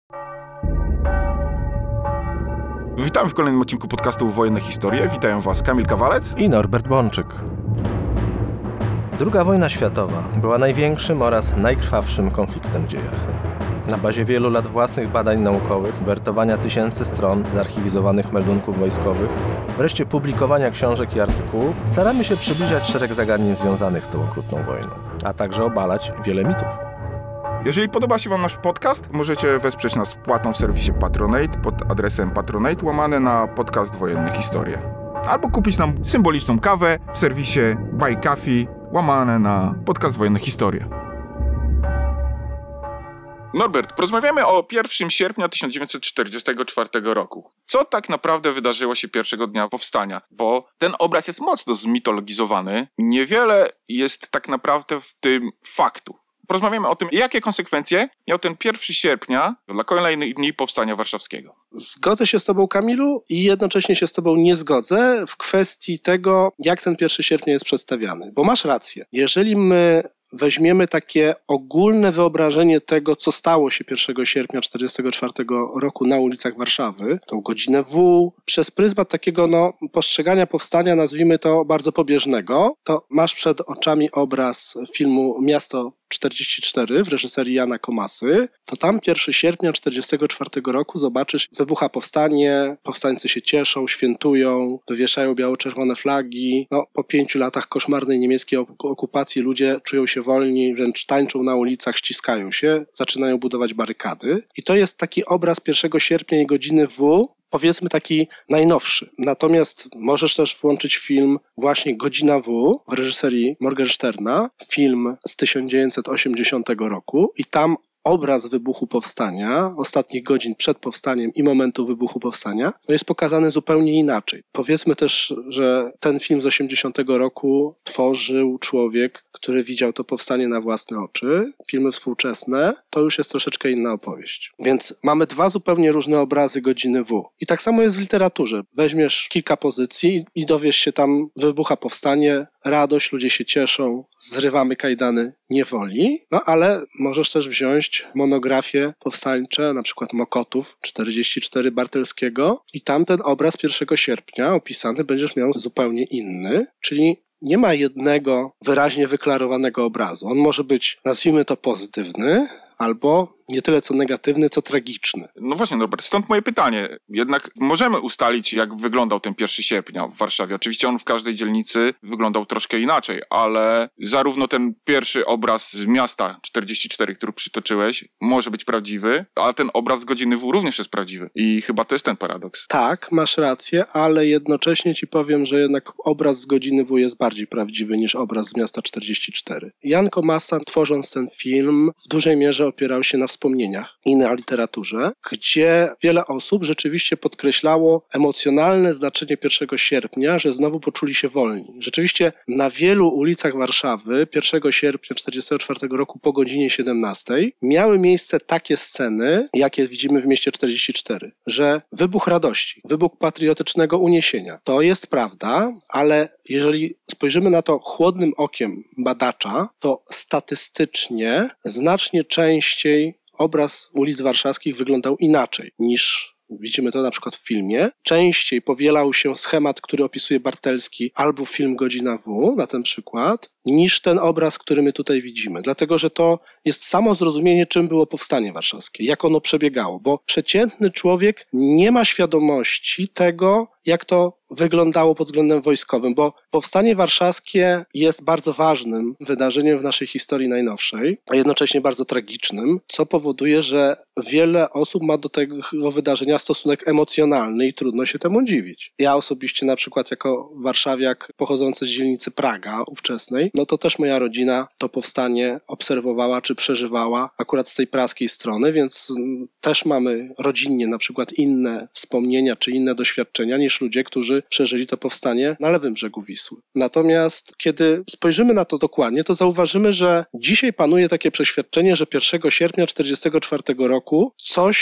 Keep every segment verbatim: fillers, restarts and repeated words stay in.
Witam w kolejnym odcinku podcastu Wojenne Historie. Witają Was Kamil Kawalec i Norbert Bączyk. Druga wojna światowa była największym oraz najkrwawszym konfliktem w dziejach. Na bazie wielu lat własnych badań naukowych, wertowania tysięcy stron zarchiwizowanych meldunków wojskowych, wreszcie publikowania książek i artykułów, staramy się przybliżać szereg zagadnień związanych z tą okrutną wojną, a także obalać wiele mitów. Jeżeli podoba się Wam nasz podcast, możecie wesprzeć nas wpłatą w serwisie Patronate pod adresem patronate łamane na podcast Wojenne Historie. Albo kupić nam symboliczną kawę w serwisie Buy Coffee łamane na podcast Wojenne Historie. Norbert, porozmawiamy o pierwszego sierpnia tysiąc dziewięćset czterdziestego czwartego roku. Co tak naprawdę wydarzyło się pierwszego dnia powstania? Bo ten obraz jest mocno zmitologizowany. Niewiele jest tak naprawdę w tym faktów. Porozmawiamy o tym, jakie konsekwencje miał ten pierwszego sierpnia dla kolejnych dni powstania warszawskiego. Zgodzę się z tobą, Kamilu, i jednocześnie się z tobą nie zgodzę w kwestii tego, jak ten pierwszego sierpnia jest przedstawiany. Bo masz rację. Jeżeli my weźmiemy takie ogólne wyobrażenie tego, co stało się pierwszego sierpnia czterdziestego czwartego roku na ulicach Warszawy, tą godzinę W, przez pryzmat takiego no, postrzegania powstania, nazwijmy to bardzo pobieżnego, to masz przed oczami obraz filmu Miasto czterdzieści cztery w reżyserii Jana Komasy, to tam pierwszego sierpnia czterdziestego czwartego roku zobaczysz, wybucha powstanie, powstańcy się cieszą, świętują, wywieszają biało-czerwone flagi. No, po pięciu latach koszmarnej niemieckiej okupacji ludzie czują się wolni, wręcz tańczą na ulicach, ściskają się, zaczynają budować barykady. I to jest taki obraz pierwszego sierpnia i godziny W, powiedzmy taki najnowszy. Natomiast możesz też włączyć film właśnie Godzina W w reżyserii Morgensterna, film z tysiąc dziewięćset osiemdziesiątego roku i tam obraz wybuchu powstania, ostatnich godzin przed powstaniem i momentu wybuchu powstania, no jest pokazany zupełnie inaczej. Powiedzmy też, że ten film z osiemdziesiątego roku tworzył człowiek, który widział to powstanie na własne oczy. Filmy współczesne to już jest troszeczkę inna opowieść. Więc mamy dwa zupełnie różne obrazy godziny W. I tak samo jest w literaturze. Weźmiesz kilka pozycji i dowiesz się tam, wybucha powstanie, radość, ludzie się cieszą, zrywamy kajdany niewoli, no ale możesz też wziąć monografie powstańcze, na przykład Mokotów czterdzieści cztery Bartelskiego i tam ten obraz pierwszego sierpnia opisany będziesz miał zupełnie inny, czyli nie ma jednego wyraźnie wyklarowanego obrazu. On może być, nazwijmy to, pozytywny, albo nie tyle co negatywny, co tragiczny. No właśnie, Norbert, stąd moje pytanie. Jednak możemy ustalić, jak wyglądał ten pierwszego sierpnia w Warszawie. Oczywiście on w każdej dzielnicy wyglądał troszkę inaczej, ale zarówno ten pierwszy obraz z miasta czterdzieści cztery, który przytoczyłeś, może być prawdziwy, a ten obraz z godziny W również jest prawdziwy. I chyba to jest ten paradoks. Tak, masz rację, ale jednocześnie ci powiem, że jednak obraz z godziny W jest bardziej prawdziwy niż obraz z miasta czterdzieści cztery. Jan Komasa, tworząc ten film, w dużej mierze opierał się na wspomnieniach i na literaturze, gdzie wiele osób rzeczywiście podkreślało emocjonalne znaczenie pierwszego sierpnia, że znowu poczuli się wolni. Rzeczywiście na wielu ulicach Warszawy pierwszego sierpnia czterdziestego czwartego roku po godzinie siedemnastej miały miejsce takie sceny, jakie widzimy w mieście czterdzieści cztery, że wybuch radości, wybuch patriotycznego uniesienia. To jest prawda, ale jeżeli spojrzymy na to chłodnym okiem badacza, to statystycznie znacznie częściej obraz ulic warszawskich wyglądał inaczej niż widzimy to na przykład w filmie. Częściej powielał się schemat, który opisuje Bartelski albo film Godzina W, na ten przykład, niż ten obraz, który my tutaj widzimy. Dlatego, że to jest samo zrozumienie, czym było powstanie warszawskie, jak ono przebiegało, bo przeciętny człowiek nie ma świadomości tego, jak to wyglądało pod względem wojskowym, bo powstanie warszawskie jest bardzo ważnym wydarzeniem w naszej historii najnowszej, a jednocześnie bardzo tragicznym, co powoduje, że wiele osób ma do tego wydarzenia stosunek emocjonalny i trudno się temu dziwić. Ja osobiście na przykład jako warszawiak pochodzący z dzielnicy Praga ówczesnej, no to też moja rodzina to powstanie obserwowała czy przeżywała akurat z tej praskiej strony, więc też mamy rodzinnie na przykład inne wspomnienia czy inne doświadczenia niż ludzie, którzy przeżyli to powstanie na lewym brzegu Wisły. Natomiast kiedy spojrzymy na to dokładnie, to zauważymy, że dzisiaj panuje takie przeświadczenie, że pierwszego sierpnia czterdziestego czwartego roku coś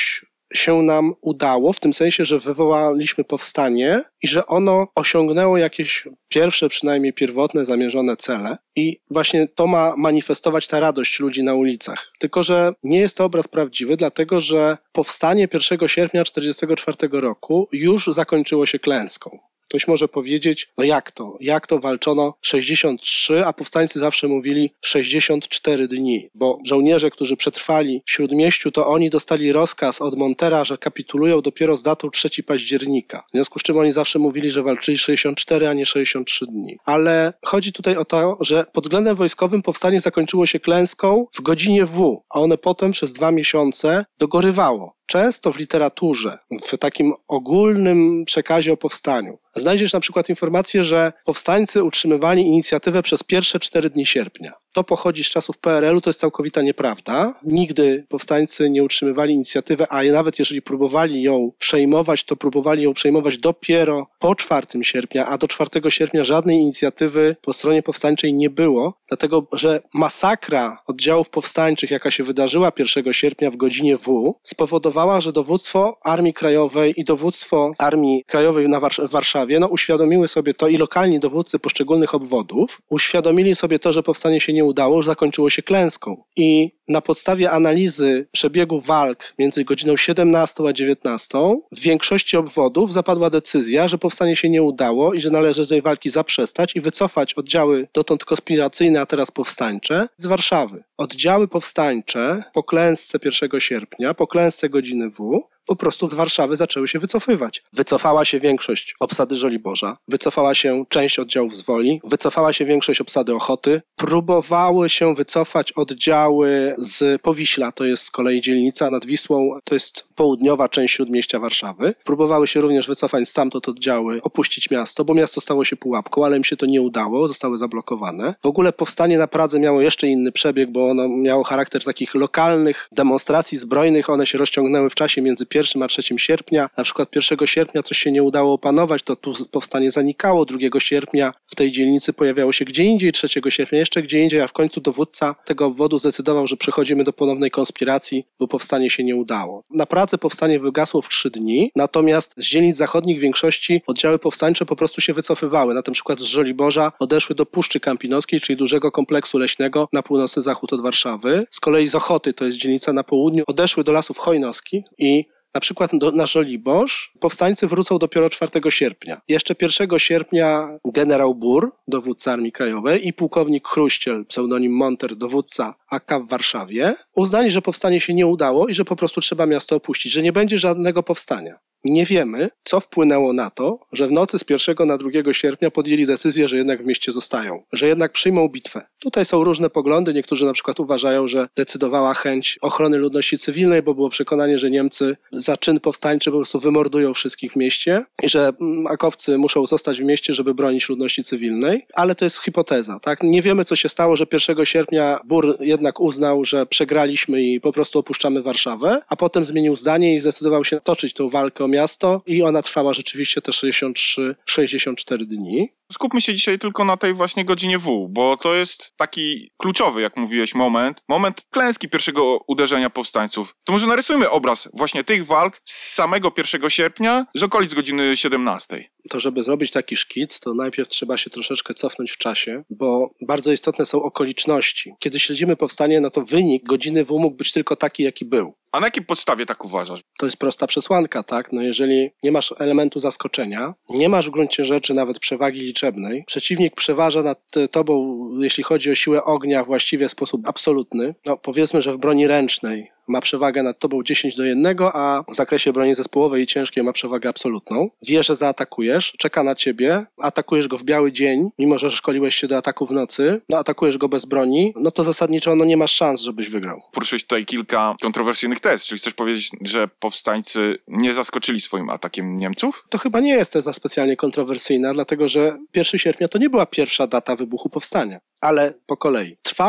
się nam udało, w tym sensie, że wywołaliśmy powstanie i że ono osiągnęło jakieś pierwsze, przynajmniej pierwotne, zamierzone cele i właśnie to ma manifestować ta radość ludzi na ulicach. Tylko że nie jest to obraz prawdziwy, dlatego że powstanie pierwszego sierpnia tysiąc dziewięćset czterdziestego czwartego roku już zakończyło się klęską. Ktoś może powiedzieć, no jak to? Jak to walczono sześćdziesiąt trzy, a powstańcy zawsze mówili sześćdziesiąt cztery dni, bo żołnierze, którzy przetrwali w Śródmieściu, to oni dostali rozkaz od Montera, że kapitulują dopiero z datą trzeciego października. W związku z czym oni zawsze mówili, że walczyli sześćdziesiąt cztery, a nie sześćdziesiąt trzy dni. Ale chodzi tutaj o to, że pod względem wojskowym powstanie zakończyło się klęską w godzinie W, a one potem przez dwa miesiące dogorywało. Często w literaturze, w takim ogólnym przekazie o powstaniu, znajdziesz na przykład informację, że powstańcy utrzymywali inicjatywę przez pierwsze cztery dni sierpnia. To pochodzi z czasów P R L u, to jest całkowita nieprawda. Nigdy powstańcy nie utrzymywali inicjatywy, a nawet jeżeli próbowali ją przejmować, to próbowali ją przejmować dopiero po czwartego sierpnia, a do czwartego sierpnia żadnej inicjatywy po stronie powstańczej nie było, dlatego że masakra oddziałów powstańczych, jaka się wydarzyła pierwszego sierpnia w godzinie W, spowodowała, że dowództwo Armii Krajowej i dowództwo Armii Krajowej na Wars- w Warszawie no, uświadomiły sobie to i lokalni dowódcy poszczególnych obwodów uświadomili sobie to, że powstanie się nie udało, że zakończyło się klęską. I na podstawie analizy przebiegu walk między godziną siedemnastą a dziewiętnastą w większości obwodów zapadła decyzja, że powstanie się nie udało i że należy tej walki zaprzestać i wycofać oddziały dotąd konspiracyjne, a teraz powstańcze z Warszawy. Oddziały powstańcze po klęsce pierwszego sierpnia, po klęsce godziny W, po prostu z Warszawy zaczęły się wycofywać. Wycofała się większość obsady Żoliborza, wycofała się część oddziałów z Woli, wycofała się większość obsady Ochoty, próbowały się wycofać oddziały z Powiśla, to jest z kolei dzielnica nad Wisłą, to jest południowa część śródmieścia Warszawy. Próbowały się również wycofać stamtąd oddziały, opuścić miasto, bo miasto stało się pułapką, ale im się to nie udało, zostały zablokowane. W ogóle powstanie na Pradze miało jeszcze inny przebieg, bo ono miało charakter takich lokalnych demonstracji zbrojnych, one się rozciągnęły w czasie między pierwszym a trzecim sierpnia. Na przykład pierwszego sierpnia coś się nie udało opanować, to tu powstanie zanikało, drugiego sierpnia w tej dzielnicy pojawiało się gdzie indziej, trzeciego sierpnia jeszcze gdzie indziej, a w końcu dowódca tego obwodu zdecydował, że przechodzimy do ponownej konspiracji, bo powstanie się nie udało. Na Pradze powstanie wygasło w trzy dni, natomiast z dzielnic zachodnich w większości oddziały powstańcze po prostu się wycofywały. Na przykład z Żoliborza odeszły do Puszczy Kampinoskiej, czyli dużego kompleksu leśnego na północny zachód od Warszawy. Z kolei z Ochoty, to jest dzielnica na południu, odeszły do Lasów Chojnowskich i na przykład do, na Żoliborz powstańcy wrócą dopiero czwartego sierpnia. Jeszcze pierwszego sierpnia generał Bur, dowódca Armii Krajowej, i pułkownik Chruściel, pseudonim Monter, dowódca A K w Warszawie, uznali, że powstanie się nie udało i że po prostu trzeba miasto opuścić, że nie będzie żadnego powstania. Nie wiemy, co wpłynęło na to, że w nocy z pierwszego na drugiego sierpnia podjęli decyzję, że jednak w mieście zostają, że jednak przyjmą bitwę. Tutaj są różne poglądy. Niektórzy na przykład uważają, że decydowała chęć ochrony ludności cywilnej, bo było przekonanie, że Niemcy za czyn powstańczy po prostu wymordują wszystkich w mieście i że akowcy muszą zostać w mieście, żeby bronić ludności cywilnej. Ale to jest hipoteza, tak? Nie wiemy, co się stało, że pierwszego sierpnia Bur jednak uznał, że przegraliśmy i po prostu opuszczamy Warszawę, a potem zmienił zdanie i zdecydował się toczyć tę walkę o miasto i ona trwała rzeczywiście te sześćdziesiąt trzy sześćdziesiąt cztery dni. Skupmy się dzisiaj tylko na tej właśnie godzinie W, bo to jest taki kluczowy, jak mówiłeś, moment, moment klęski pierwszego uderzenia powstańców. To może narysujmy obraz właśnie tych walk z samego pierwszego sierpnia, z okolic godziny siedemnastej. To żeby zrobić taki szkic, to najpierw trzeba się troszeczkę cofnąć w czasie, bo bardzo istotne są okoliczności. Kiedy śledzimy powstanie, no to wynik godziny W mógł być tylko taki, jaki był. A na jakiej podstawie tak uważasz? To jest prosta przesłanka, tak? No jeżeli nie masz elementu zaskoczenia, nie masz w gruncie rzeczy nawet przewagi liczebnej, przeciwnik przeważa nad tobą, jeśli chodzi o siłę ognia, właściwie w sposób absolutny, no powiedzmy, że w broni ręcznej ma przewagę nad tobą dziesięć do jednego, a w zakresie broni zespołowej i ciężkiej ma przewagę absolutną. Wie, że zaatakujesz, czeka na ciebie, atakujesz go w biały dzień, mimo że szkoliłeś się do ataku w nocy, no atakujesz go bez broni, no to zasadniczo no nie masz szans, żebyś wygrał. Poruszyłeś tutaj kilka kontrowersyjnych tez, czyli chcesz powiedzieć, że powstańcy nie zaskoczyli swoim atakiem Niemców? To chyba nie jest teza specjalnie kontrowersyjna, dlatego że pierwszego sierpnia to nie była pierwsza data wybuchu powstania, ale po kolei. Trwał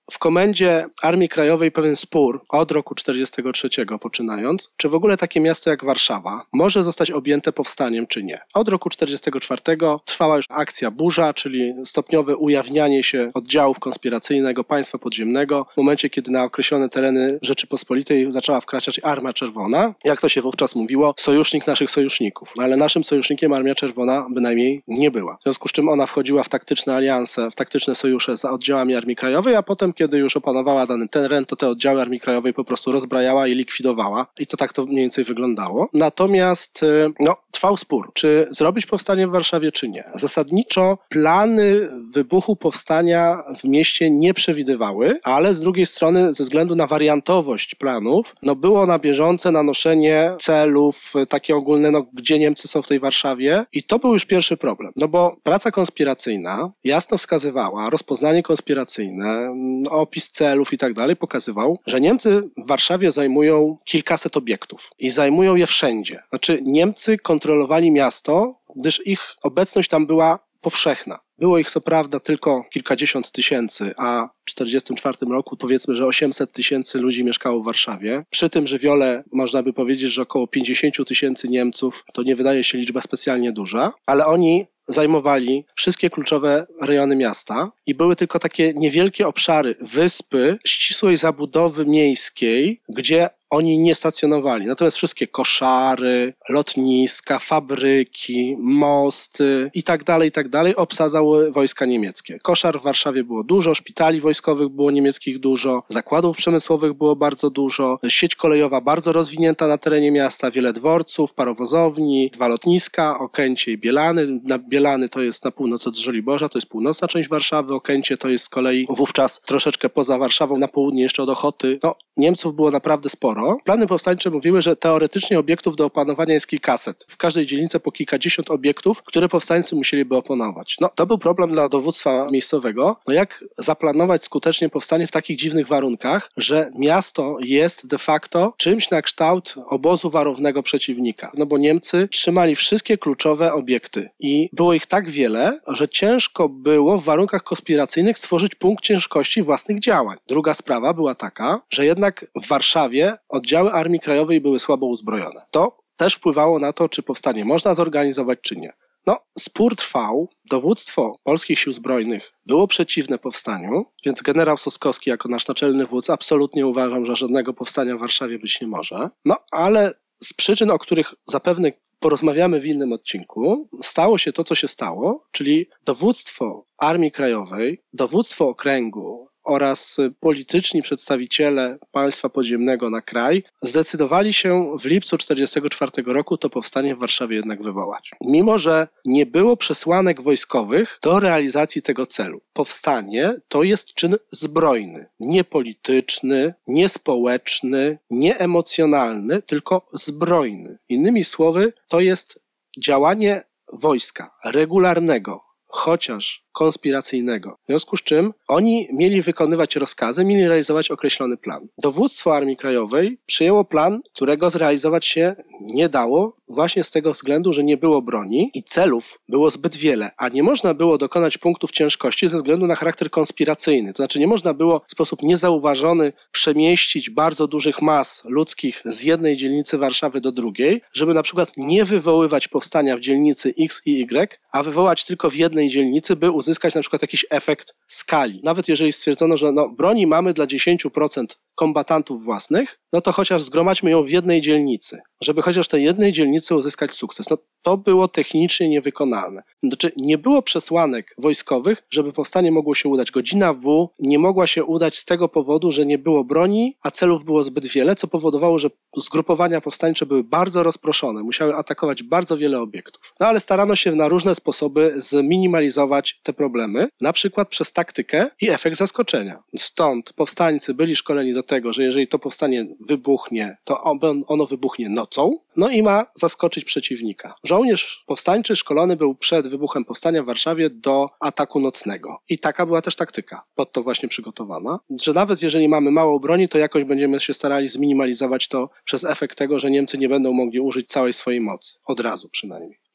w komendzie Armii Krajowej pewien spór od roku czterdziestego trzeciego poczynając, czy w ogóle takie miasto jak Warszawa może zostać objęte powstaniem, czy nie. Od roku czterdziestego czwartego trwała już akcja Burza, czyli stopniowe ujawnianie się oddziałów konspiracyjnego państwa podziemnego w momencie, kiedy na określone tereny Rzeczypospolitej zaczęła wkraczać Armia Czerwona. Jak to się wówczas mówiło, sojusznik naszych sojuszników. Ale naszym sojusznikiem Armia Czerwona bynajmniej nie była. W związku z czym ona wchodziła w taktyczne alianse, w taktyczne sojusze z oddziałami Armii Krajowej, a potem, kiedy już opanowała dany teren, to te oddziały Armii Krajowej po prostu rozbrajała i likwidowała. I to tak to mniej więcej wyglądało. Natomiast no, trwał spór, czy zrobić powstanie w Warszawie, czy nie. Zasadniczo plany wybuchu powstania w mieście nie przewidywały, ale z drugiej strony ze względu na wariantowość planów, no było na bieżące nanoszenie celów, takie ogólne, no gdzie Niemcy są w tej Warszawie i to był już pierwszy problem, no bo praca konspiracyjna jasno wskazywała, rozpoznanie konspiracyjne, opis celów i tak dalej pokazywał, że Niemcy w Warszawie zajmują kilkaset obiektów i zajmują je wszędzie. Znaczy Niemcy kontrolowali miasto, gdyż ich obecność tam była powszechna. Było ich co prawda tylko kilkadziesiąt tysięcy, a w czterdziestym czwartym roku powiedzmy, że osiemset tysięcy ludzi mieszkało w Warszawie. Przy tym żywiole można by powiedzieć, że około pięćdziesiąt tysięcy Niemców, to nie wydaje się liczba specjalnie duża, ale oni zajmowali wszystkie kluczowe rejony miasta i były tylko takie niewielkie obszary, wyspy ścisłej zabudowy miejskiej, gdzie oni nie stacjonowali. Natomiast wszystkie koszary, lotniska, fabryki, mosty i tak dalej, i tak dalej obsadzały wojska niemieckie. Koszar w Warszawie było dużo, szpitali wojskowych było niemieckich dużo, zakładów przemysłowych było bardzo dużo, sieć kolejowa bardzo rozwinięta na terenie miasta, wiele dworców, parowozowni, dwa lotniska, Okęcie i Bielany. Na Bielany to jest na północ od Żoliborza, to jest północna część Warszawy, Okęcie to jest z kolei wówczas troszeczkę poza Warszawą, na południe jeszcze od Ochoty. No, Niemców było naprawdę sporo. Plany powstańcze mówiły, że teoretycznie obiektów do opanowania jest kilkaset. W każdej dzielnicy po kilkadziesiąt obiektów, które powstańcy musieliby opanować. No, to był problem dla dowództwa miejscowego. No jak zaplanować skutecznie powstanie w takich dziwnych warunkach, że miasto jest de facto czymś na kształt obozu warownego przeciwnika. No bo Niemcy trzymali wszystkie kluczowe obiekty i było ich tak wiele, że ciężko było w warunkach konspiracyjnych stworzyć punkt ciężkości własnych działań. Druga sprawa była taka, że jednak w Warszawie oddziały Armii Krajowej były słabo uzbrojone. To też wpływało na to, czy powstanie można zorganizować, czy nie. No, spór trwał, dowództwo polskich sił zbrojnych było przeciwne powstaniu, więc generał Soskowski jako nasz naczelny wódz absolutnie uważał, że żadnego powstania w Warszawie być nie może. No, ale z przyczyn, o których zapewne porozmawiamy w innym odcinku, stało się to, co się stało, czyli dowództwo Armii Krajowej, dowództwo okręgu oraz polityczni przedstawiciele państwa podziemnego na kraj zdecydowali się w lipcu czterdziestego czwartego roku to powstanie w Warszawie jednak wywołać. Mimo że nie było przesłanek wojskowych do realizacji tego celu. Powstanie to jest czyn zbrojny, nie polityczny, nie społeczny, nie emocjonalny, tylko zbrojny. Innymi słowy, to jest działanie wojska regularnego, chociaż konspiracyjnego. W związku z czym oni mieli wykonywać rozkazy, mieli realizować określony plan. Dowództwo Armii Krajowej przyjęło plan, którego zrealizować się nie dało, właśnie z tego względu, że nie było broni i celów było zbyt wiele, a nie można było dokonać punktów ciężkości ze względu na charakter konspiracyjny. To znaczy nie można było w sposób niezauważony przemieścić bardzo dużych mas ludzkich z jednej dzielnicy Warszawy do drugiej, żeby na przykład nie wywoływać powstania w dzielnicy X i Y, a wywołać tylko w jednej dzielnicy, by uzyskać na przykład jakiś efekt skali. Nawet jeżeli stwierdzono, że no, broni mamy dla dziesięć procent kombatantów własnych, no to chociaż zgromadźmy ją w jednej dzielnicy, żeby chociaż tej jednej dzielnicy uzyskać sukces. No to było technicznie niewykonalne. Znaczy nie było przesłanek wojskowych, żeby powstanie mogło się udać. Godzina W nie mogła się udać z tego powodu, że nie było broni, a celów było zbyt wiele, co powodowało, że zgrupowania powstańcze były bardzo rozproszone, musiały atakować bardzo wiele obiektów. No ale starano się na różne sposoby zminimalizować te problemy, na przykład przez taktykę i efekt zaskoczenia. Stąd powstańcy byli szkoleni do tego, że jeżeli to powstanie wybuchnie, to ono wybuchnie nocą, no i ma zaskoczyć przeciwnika. Żołnierz powstańczy szkolony był przed wybuchem powstania w Warszawie do ataku nocnego. I taka była też taktyka, pod to właśnie przygotowana, że nawet jeżeli mamy mało broni, to jakoś będziemy się starali zminimalizować to przez efekt tego, że Niemcy nie będą mogli użyć całej swojej mocy. Od razu przynajmniej. I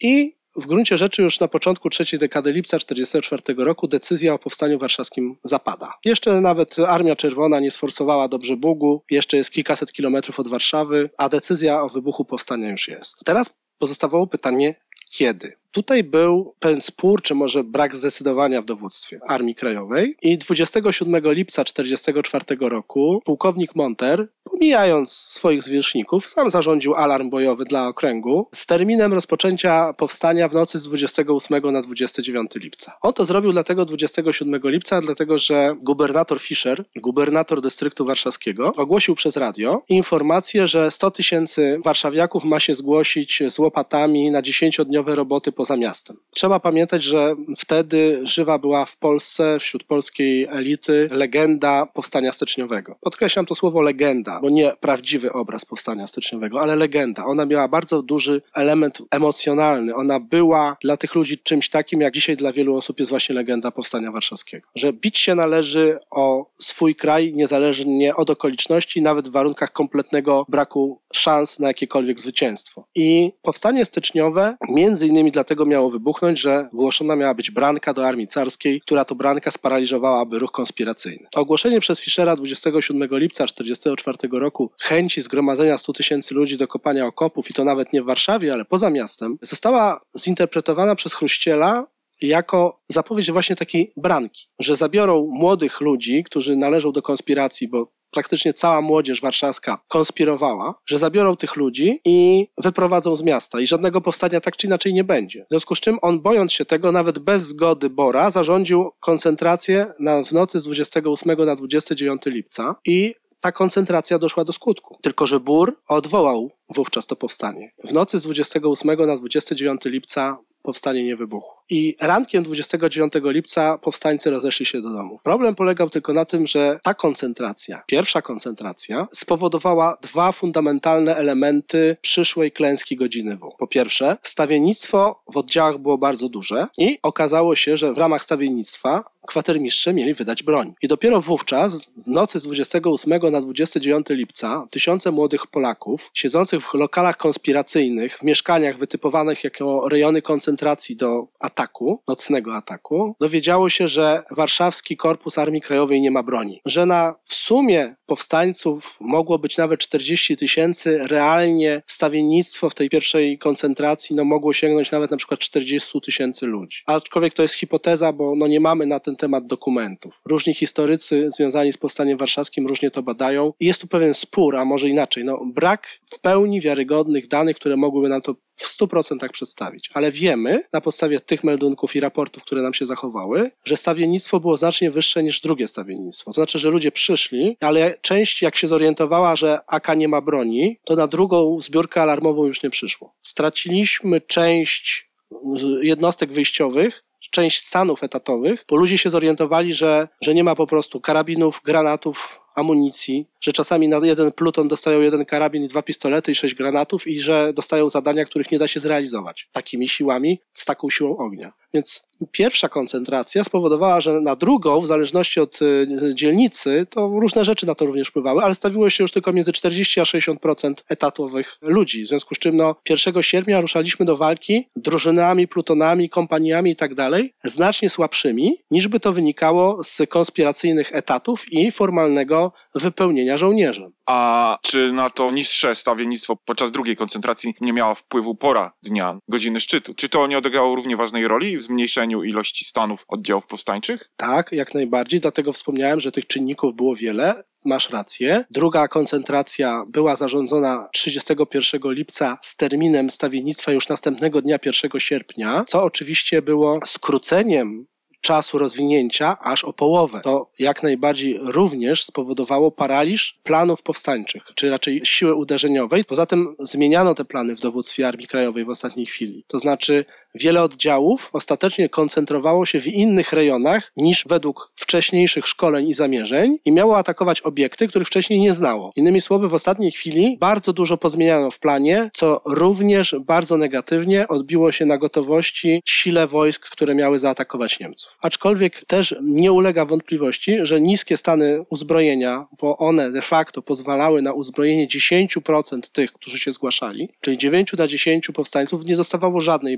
w gruncie rzeczy już na początku trzeciej dekady lipca tysiąc dziewięćset czterdziestego czwartego roku decyzja o powstaniu warszawskim zapada. Jeszcze nawet Armia Czerwona nie sforsowała dobrze Bugu, jeszcze jest kilkaset kilometrów od Warszawy, a decyzja o wybuchu powstania już jest. Teraz pozostawało pytanie, kiedy? Tutaj był pewien spór, czy może brak zdecydowania w dowództwie Armii Krajowej i dwudziestego siódmego lipca tysiąc dziewięćset czterdziestego czwartego roku pułkownik Monter, pomijając swoich zwierzchników, sam zarządził alarm bojowy dla okręgu z terminem rozpoczęcia powstania w nocy z dwudziestego ósmego na dwudziestego dziewiątego lipca. On to zrobił dlatego dwudziestego siódmego lipca, dlatego że gubernator Fischer, gubernator dystryktu warszawskiego, ogłosił przez radio informację, że sto tysięcy warszawiaków ma się zgłosić z łopatami na dziesięciodniowe roboty poza miastem. Trzeba pamiętać, że wtedy żywa była w Polsce, wśród polskiej elity, legenda powstania styczniowego. Podkreślam to słowo legenda, bo nie prawdziwy obraz powstania styczniowego, ale legenda. Ona miała bardzo duży element emocjonalny. Ona była dla tych ludzi czymś takim, jak dzisiaj dla wielu osób jest właśnie legenda powstania warszawskiego. Że bić się należy o swój kraj niezależnie od okoliczności, nawet w warunkach kompletnego braku szans na jakiekolwiek zwycięstwo. I powstanie styczniowe między innymi dlatego miało wybuchnąć, że ogłoszona miała być branka do armii carskiej, która to branka sparaliżowałaby ruch konspiracyjny. Ogłoszenie przez Fischera dwudziestego siódmego lipca tysiąc dziewięćset czterdziestego czwartego roku chęci zgromadzenia stu tysięcy ludzi do kopania okopów i to nawet nie w Warszawie, ale poza miastem, została zinterpretowana przez Chruściela jako zapowiedź właśnie takiej branki, że zabiorą młodych ludzi, którzy należą do konspiracji, bo praktycznie cała młodzież warszawska konspirowała, że zabiorą tych ludzi i wyprowadzą z miasta i żadnego powstania tak czy inaczej nie będzie. W związku z czym on, bojąc się tego, nawet bez zgody Bora, zarządził koncentrację na, w nocy z dwudziestego ósmego na dwudziestego dziewiątego lipca i ta koncentracja doszła do skutku. Tylko że Bór odwołał wówczas to powstanie. W nocy z dwudziestego ósmego na dwudziestego dziewiątego lipca powstanie nie wybuchło. I rankiem dwudziestego dziewiątego lipca powstańcy rozeszli się do domu. Problem polegał tylko na tym, że ta koncentracja, pierwsza koncentracja, spowodowała dwa fundamentalne elementy przyszłej klęski godziny W. Po pierwsze, stawiennictwo w oddziałach było bardzo duże i okazało się, że w ramach stawiennictwa kwatermistrze mieli wydać broń. I dopiero wówczas, w nocy z dwudziestego ósmego na dwudziestego dziewiątego lipca, tysiące młodych Polaków, siedzących w lokalach konspiracyjnych, w mieszkaniach wytypowanych jako rejony koncentracji do ataku, nocnego ataku, dowiedziało się, że warszawski Korpus Armii Krajowej nie ma broni. Że na w sumie powstańców mogło być nawet czterdzieści tysięcy, realnie stawiennictwo w tej pierwszej koncentracji no, mogło sięgnąć nawet na przykład czterdzieści tysięcy ludzi. Aczkolwiek to jest hipoteza, bo no, nie mamy na ten temat dokumentów. Różni historycy związani z powstaniem warszawskim różnie to badają i jest tu pewien spór, a może inaczej, no, brak w pełni wiarygodnych danych, które mogłyby nam to w stu procentach przedstawić. Ale wiemy na podstawie tych meldunków i raportów, które nam się zachowały, że stawiennictwo było znacznie wyższe niż drugie stawiennictwo. To znaczy, że ludzie przyszli, ale część jak się zorientowała, że A K nie ma broni, to na drugą zbiórkę alarmową już nie przyszło. Straciliśmy część jednostek wyjściowych, część stanów etatowych, bo ludzie się zorientowali, że, że nie ma po prostu karabinów, granatów, amunicji, że czasami na jeden pluton dostają jeden karabin i dwa pistolety i sześć granatów i że dostają zadania, których nie da się zrealizować takimi siłami, z taką siłą ognia. Więc pierwsza koncentracja spowodowała, że na drugą, w zależności od y, dzielnicy, to różne rzeczy na to również wpływały, ale stawiło się już tylko między czterdzieści a sześćdziesiąt procent etatowych ludzi. W związku z czym no, pierwszego sierpnia ruszaliśmy do walki drużynami, plutonami, kompaniami i tak dalej, znacznie słabszymi, niż by to wynikało z konspiracyjnych etatów i formalnego wypełnienia żołnierzem. A czy na to niższe stawiennictwo podczas drugiej koncentracji nie miała wpływu pora dnia, godziny szczytu? Czy to nie odegrało równie ważnej roli w zmniejszeniu ilości stanów oddziałów powstańczych? Tak, jak najbardziej, dlatego wspomniałem, że tych czynników było wiele. Masz rację. Druga koncentracja była zarządzona trzydziestego pierwszego lipca z terminem stawiennictwa już następnego dnia pierwszego sierpnia, co oczywiście było skróceniem czasu rozwinięcia aż o połowę. To jak najbardziej również spowodowało paraliż planów powstańczych, czy raczej siły uderzeniowej. Poza tym zmieniano te plany w dowództwie Armii Krajowej w ostatniej chwili. To znaczy wiele oddziałów ostatecznie koncentrowało się w innych rejonach niż według wcześniejszych szkoleń i zamierzeń i miało atakować obiekty, których wcześniej nie znało. Innymi słowy, w ostatniej chwili bardzo dużo pozmieniano w planie, co również bardzo negatywnie odbiło się na gotowości, sile wojsk, które miały zaatakować Niemców. Aczkolwiek też nie ulega wątpliwości, że niskie stany uzbrojenia, bo one de facto pozwalały na uzbrojenie dziesięć procent tych, którzy się zgłaszali, czyli dziewięć na dziesięć powstańców nie dostawało żadnej broni.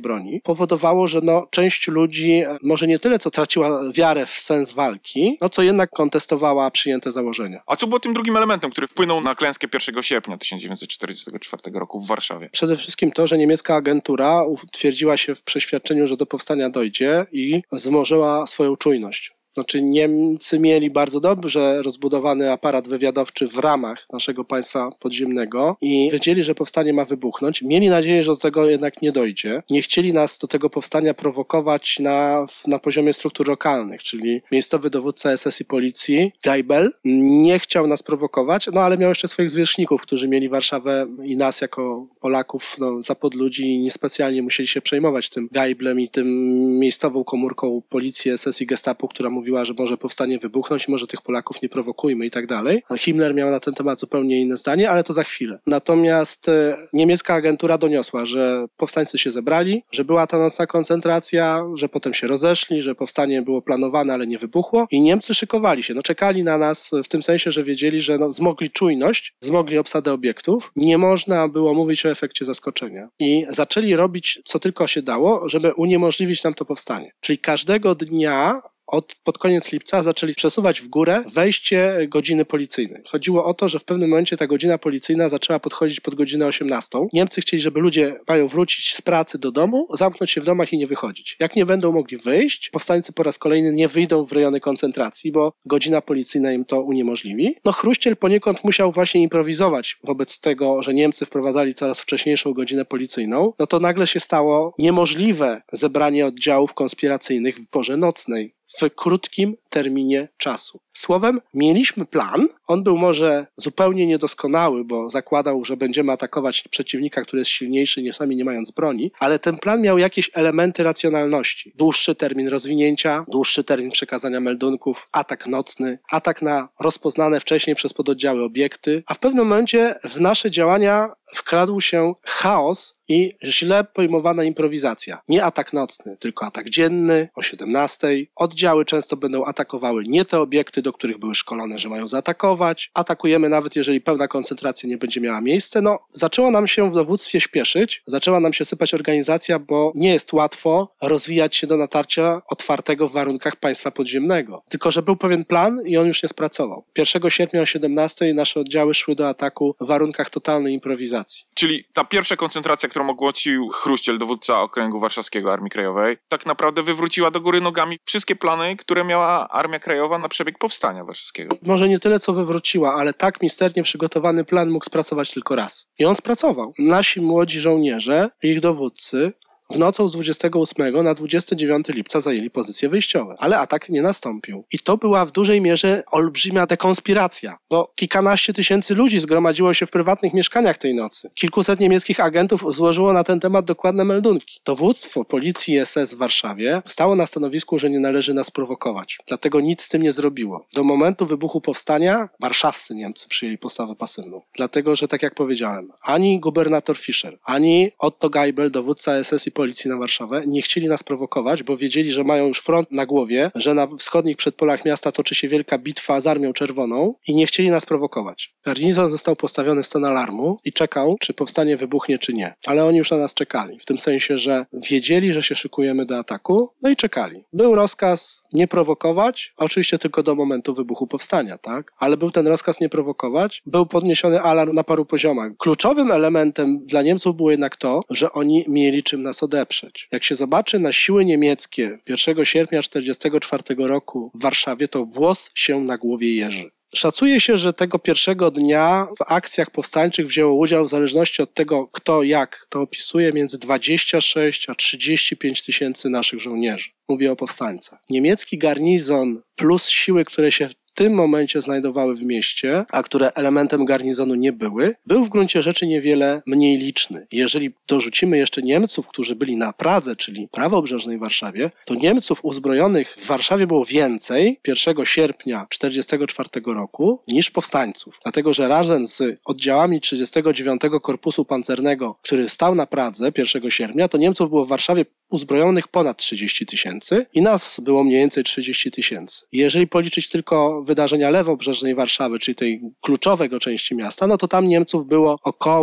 powodowało, że no, część ludzi może nie tyle co traciła wiarę w sens walki, no co jednak kontestowała przyjęte założenia. A co było tym drugim elementem, który wpłynął na klęskę pierwszego sierpnia tysiąc dziewięćset czterdziestego czwartego roku w Warszawie? Przede wszystkim to, że niemiecka agentura utwierdziła się w przeświadczeniu, że do powstania dojdzie i wzmożyła swoją czujność. Znaczy Niemcy mieli bardzo dobrze rozbudowany aparat wywiadowczy w ramach naszego państwa podziemnego i wiedzieli, że powstanie ma wybuchnąć. Mieli nadzieję, że do tego jednak nie dojdzie. Nie chcieli nas do tego powstania prowokować na, na poziomie struktur lokalnych, czyli miejscowy dowódca S S i policji, Geibel, nie chciał nas prowokować, no ale miał jeszcze swoich zwierzchników, którzy mieli Warszawę i nas jako Polaków no, za podludzi i niespecjalnie musieli się przejmować tym Geiblem i tym miejscową komórką policji S S i Gestapu, która mu mówiła, że może powstanie wybuchnąć, może tych Polaków nie prowokujmy i tak dalej. Himmler miał na ten temat zupełnie inne zdanie, ale to za chwilę. Natomiast e, niemiecka agentura doniosła, że powstańcy się zebrali, że była ta nocna koncentracja, że potem się rozeszli, że powstanie było planowane, ale nie wybuchło i Niemcy szykowali się. No czekali na nas w tym sensie, że wiedzieli, że no, zmogli czujność, zmogli obsadę obiektów. Nie można było mówić o efekcie zaskoczenia. I zaczęli robić, co tylko się dało, żeby uniemożliwić nam to powstanie. Czyli każdego dnia od pod koniec lipca zaczęli przesuwać w górę wejście godziny policyjnej. Chodziło o to, że w pewnym momencie ta godzina policyjna zaczęła podchodzić pod godzinę osiemnastą. Niemcy chcieli, żeby ludzie mają wrócić z pracy do domu, zamknąć się w domach i nie wychodzić. Jak nie będą mogli wyjść, powstańcy po raz kolejny nie wyjdą w rejony koncentracji, bo godzina policyjna im to uniemożliwi. No Chruściel poniekąd musiał właśnie improwizować wobec tego, że Niemcy wprowadzali coraz wcześniejszą godzinę policyjną. No to nagle się stało niemożliwe zebranie oddziałów konspiracyjnych w porze nocnej. W krótkim terminie czasu. Słowem, mieliśmy plan, on był może zupełnie niedoskonały, bo zakładał, że będziemy atakować przeciwnika, który jest silniejszy, nie sami nie mając broni, ale ten plan miał jakieś elementy racjonalności. Dłuższy termin rozwinięcia, dłuższy termin przekazania meldunków, atak nocny, atak na rozpoznane wcześniej przez pododdziały obiekty, a w pewnym momencie w nasze działania wkradł się chaos i źle pojmowana improwizacja. Nie atak nocny, tylko atak dzienny o siedemnastej. Oddziały często będą atakowały nie te obiekty, do których były szkolone, że mają zaatakować. Atakujemy nawet jeżeli pełna koncentracja nie będzie miała miejsca. No, zaczęło nam się w dowództwie śpieszyć, zaczęła nam się sypać organizacja, bo nie jest łatwo rozwijać się do natarcia otwartego w warunkach państwa podziemnego. Tylko że był pewien plan i on już nie spracował. pierwszego sierpnia o siedemnastej nasze oddziały szły do ataku w warunkach totalnej improwizacji. Czyli ta pierwsza koncentracja, którą ogłosił Chruściel, dowódca Okręgu Warszawskiego Armii Krajowej, tak naprawdę wywróciła do góry nogami wszystkie plany, które miała Armia Krajowa na przebieg powstania warszawskiego. Może nie tyle, co wywróciła, ale tak misternie przygotowany plan mógł spracować tylko raz. I on spracował. Nasi młodzi żołnierze i ich dowódcy w nocą z dwudziestego ósmego na dwudziestego dziewiątego lipca zajęli pozycje wyjściowe, ale atak nie nastąpił. I to była w dużej mierze olbrzymia dekonspiracja, bo kilkanaście tysięcy ludzi zgromadziło się w prywatnych mieszkaniach tej nocy. Kilkuset niemieckich agentów złożyło na ten temat dokładne meldunki. Dowództwo policji S S w Warszawie stało na stanowisku, że nie należy nas prowokować. Dlatego nic z tym nie zrobiło. Do momentu wybuchu powstania warszawscy Niemcy przyjęli postawę pasywną. Dlatego, że tak jak powiedziałem, ani gubernator Fischer, ani Otto Geibel, dowódca S S i policji na Warszawę, nie chcieli nas prowokować, bo wiedzieli, że mają już front na głowie, że na wschodnich przedpolach miasta toczy się wielka bitwa z Armią Czerwoną i nie chcieli nas prowokować. Garnizon został postawiony w stan alarmu i czekał, czy powstanie wybuchnie, czy nie. Ale oni już na nas czekali. W tym sensie, że wiedzieli, że się szykujemy do ataku, no i czekali. Był rozkaz nie prowokować, oczywiście tylko do momentu wybuchu powstania, tak? Ale był ten rozkaz nie prowokować, był podniesiony alarm na paru poziomach. Kluczowym elementem dla Niemców było jednak to, że oni mieli czym nas odeprzeć. Jak się zobaczy na siły niemieckie pierwszego sierpnia tysiąc dziewięćset czterdziestego czwartego roku w Warszawie, to włos się na głowie jeży. Szacuje się, że tego pierwszego dnia w akcjach powstańczych wzięło udział, w zależności od tego, kto jak to opisuje, między dwadzieścia sześć a trzydzieści pięć tysięcy naszych żołnierzy. Mówię o powstańcach. Niemiecki garnizon plus siły, które się w tym momencie znajdowały w mieście, a które elementem garnizonu nie były, był w gruncie rzeczy niewiele mniej liczny. Jeżeli dorzucimy jeszcze Niemców, którzy byli na Pradze, czyli prawobrzeżnej Warszawie, to Niemców uzbrojonych w Warszawie było więcej pierwszego sierpnia tysiąc dziewięćset czterdziestego czwartego roku niż powstańców. Dlatego, że razem z oddziałami trzydziestego dziewiątego Korpusu Pancernego, który stał na Pradze pierwszego sierpnia, to Niemców było w Warszawie uzbrojonych ponad trzydzieści tysięcy i nas było mniej więcej trzydzieści tysięcy. Jeżeli policzyć tylko wydarzenia lewobrzeżnej Warszawy, czyli tej kluczowej części miasta, no to tam Niemców było około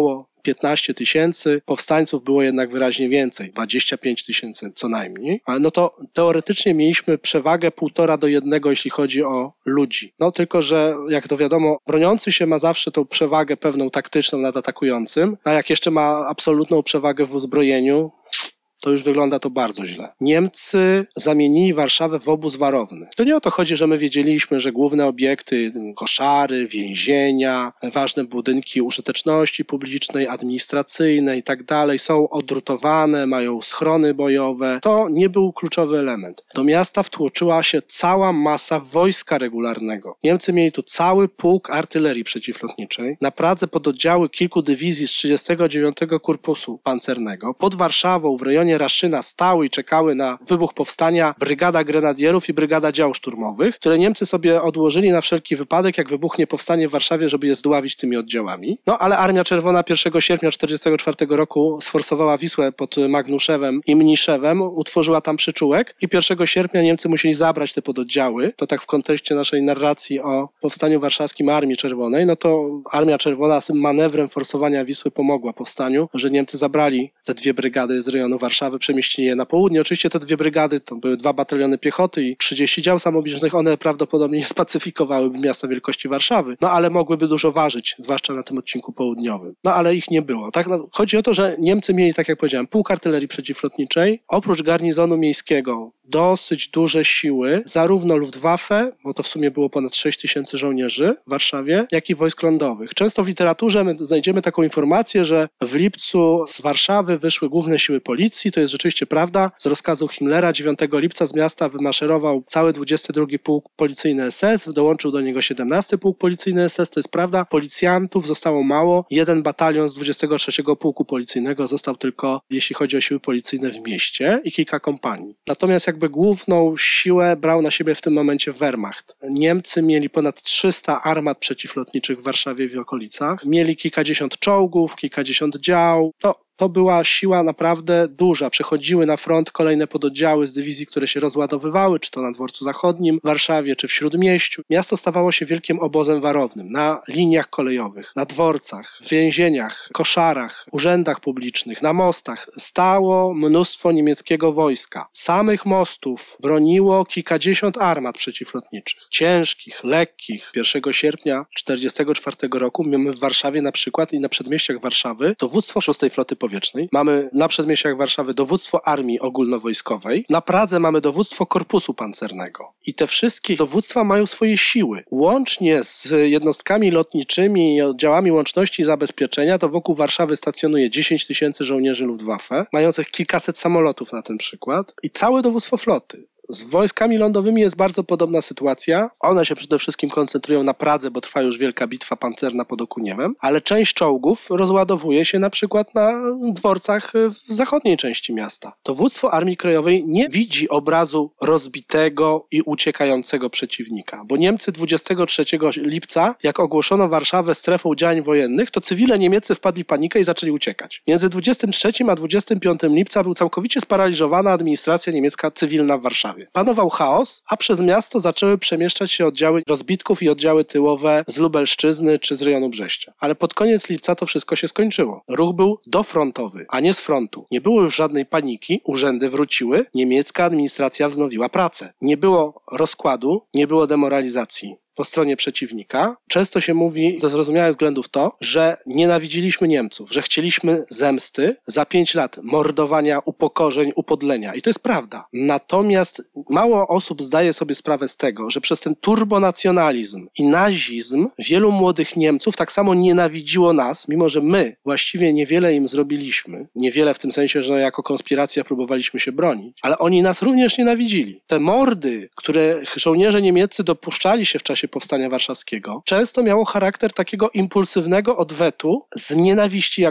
piętnaście tysięcy, powstańców było jednak wyraźnie więcej, dwadzieścia pięć tysięcy co najmniej, no to teoretycznie mieliśmy przewagę półtora do jednego, jeśli chodzi o ludzi. No tylko, że jak to wiadomo, broniący się ma zawsze tą przewagę pewną taktyczną nad atakującym, a jak jeszcze ma absolutną przewagę w uzbrojeniu, to już wygląda to bardzo źle. Niemcy zamienili Warszawę w obóz warowny. To nie o to chodzi, że my wiedzieliśmy, że główne obiekty, koszary, więzienia, ważne budynki użyteczności publicznej, administracyjnej i tak dalej są odrutowane, mają schrony bojowe. To nie był kluczowy element. Do miasta wtłoczyła się cała masa wojska regularnego. Niemcy mieli tu cały pułk artylerii przeciwlotniczej. Na Pradze pododdziały kilku dywizji z trzydziestego dziewiątego Korpusu Pancernego. Pod Warszawą w rejonie Raszyna stały i czekały na wybuch powstania brygada grenadierów i brygada dział szturmowych, które Niemcy sobie odłożyli na wszelki wypadek, jak wybuchnie powstanie w Warszawie, żeby je zdławić tymi oddziałami. No ale Armia Czerwona pierwszego sierpnia tysiąc dziewięćset czterdziestego czwartego roku sforsowała Wisłę pod Magnuszewem i Mniszewem, utworzyła tam przyczółek i pierwszego sierpnia Niemcy musieli zabrać te pododdziały. To tak w kontekście naszej narracji o powstaniu warszawskim Armii Czerwonej, no to Armia Czerwona z tym manewrem forsowania Wisły pomogła powstaniu, że Niemcy zabrali te dwie brygady z rejonu Warszawy, przemieścili je na południe. Oczywiście te dwie brygady to były dwa bataliony piechoty i trzydzieści dział samoobieżnych. One prawdopodobnie nie spacyfikowałyby miasta wielkości Warszawy, no ale mogłyby dużo ważyć, zwłaszcza na tym odcinku południowym. No ale ich nie było. Tak, no, chodzi o to, że Niemcy mieli, tak jak powiedziałem, pułk artylerii przeciwlotniczej, oprócz garnizonu miejskiego dosyć duże siły, zarówno Luftwaffe, bo to w sumie było ponad sześć tysięcy żołnierzy w Warszawie, jak i wojsk lądowych. Często w literaturze my znajdziemy taką informację, że w lipcu z Warszawy wyszły główne siły policji. To jest rzeczywiście prawda. Z rozkazu Himmlera dziewiątego lipca z miasta wymaszerował cały dwudziesty drugi Pułk Policyjny S S, dołączył do niego siedemnasty Pułk Policyjny S S, to jest prawda. Policjantów zostało mało. Jeden batalion z dwudziestego trzeciego Pułku Policyjnego został tylko, jeśli chodzi o siły policyjne w mieście i kilka kompanii. Natomiast jakby główną siłę brał na siebie w tym momencie Wehrmacht. Niemcy mieli ponad trzysta armat przeciwlotniczych w Warszawie i w okolicach. Mieli kilkadziesiąt czołgów, kilkadziesiąt dział. No, to była siła naprawdę duża. Przechodziły na front kolejne pododdziały z dywizji, które się rozładowywały, czy to na Dworcu Zachodnim w Warszawie, czy w Śródmieściu. Miasto stawało się wielkim obozem warownym. Na liniach kolejowych, na dworcach, w więzieniach, koszarach, urzędach publicznych, na mostach stało mnóstwo niemieckiego wojska. Samych mostów broniło kilkadziesiąt armat przeciwlotniczych. Ciężkich, lekkich. pierwszego sierpnia tysiąc dziewięćset czterdziestego czwartego roku mamy w Warszawie na przykład i na przedmieściach Warszawy dowództwo szóstej Floty Powietrznej. Mamy na przedmieściach Warszawy dowództwo Armii Ogólnowojskowej. Na Pradze mamy dowództwo Korpusu Pancernego. I te wszystkie dowództwa mają swoje siły. Łącznie z jednostkami lotniczymi i oddziałami łączności i zabezpieczenia to wokół Warszawy stacjonuje dziesięć tysięcy żołnierzy Luftwaffe, mających kilkaset samolotów na ten przykład i całe dowództwo floty. Z wojskami lądowymi jest bardzo podobna sytuacja. One się przede wszystkim koncentrują na Pradze, bo trwa już wielka bitwa pancerna pod Okuniewem, ale część czołgów rozładowuje się na przykład na dworcach w zachodniej części miasta. Dowództwo Armii Krajowej nie widzi obrazu rozbitego i uciekającego przeciwnika, bo Niemcy dwudziestego trzeciego lipca, jak ogłoszono Warszawę strefą działań wojennych, to cywile niemieccy wpadli w panikę i zaczęli uciekać. Między dwudziestym trzecim a dwudziestym piątym lipca był całkowicie sparaliżowana administracja niemiecka cywilna w Warszawie. Panował chaos, a przez miasto zaczęły przemieszczać się oddziały rozbitków i oddziały tyłowe z Lubelszczyzny czy z rejonu Brześcia. Ale pod koniec lipca to wszystko się skończyło. Ruch był dofrontowy, a nie z frontu. Nie było już żadnej paniki, urzędy wróciły, niemiecka administracja wznowiła pracę. Nie było rozkładu, nie było demoralizacji po stronie przeciwnika. Często się mówi ze zrozumiałych względów to, że nienawidziliśmy Niemców, że chcieliśmy zemsty za pięć lat mordowania, upokorzeń, upodlenia. I to jest prawda. Natomiast mało osób zdaje sobie sprawę z tego, że przez ten turbonacjonalizm i nazizm wielu młodych Niemców tak samo nienawidziło nas, mimo że my właściwie niewiele im zrobiliśmy. Niewiele w tym sensie, że jako konspiracja próbowaliśmy się bronić, ale oni nas również nienawidzili. Te mordy, które żołnierze niemieccy dopuszczali się w czasie Powstania Warszawskiego, często miało charakter takiego impulsywnego odwetu z nienawiści, jaką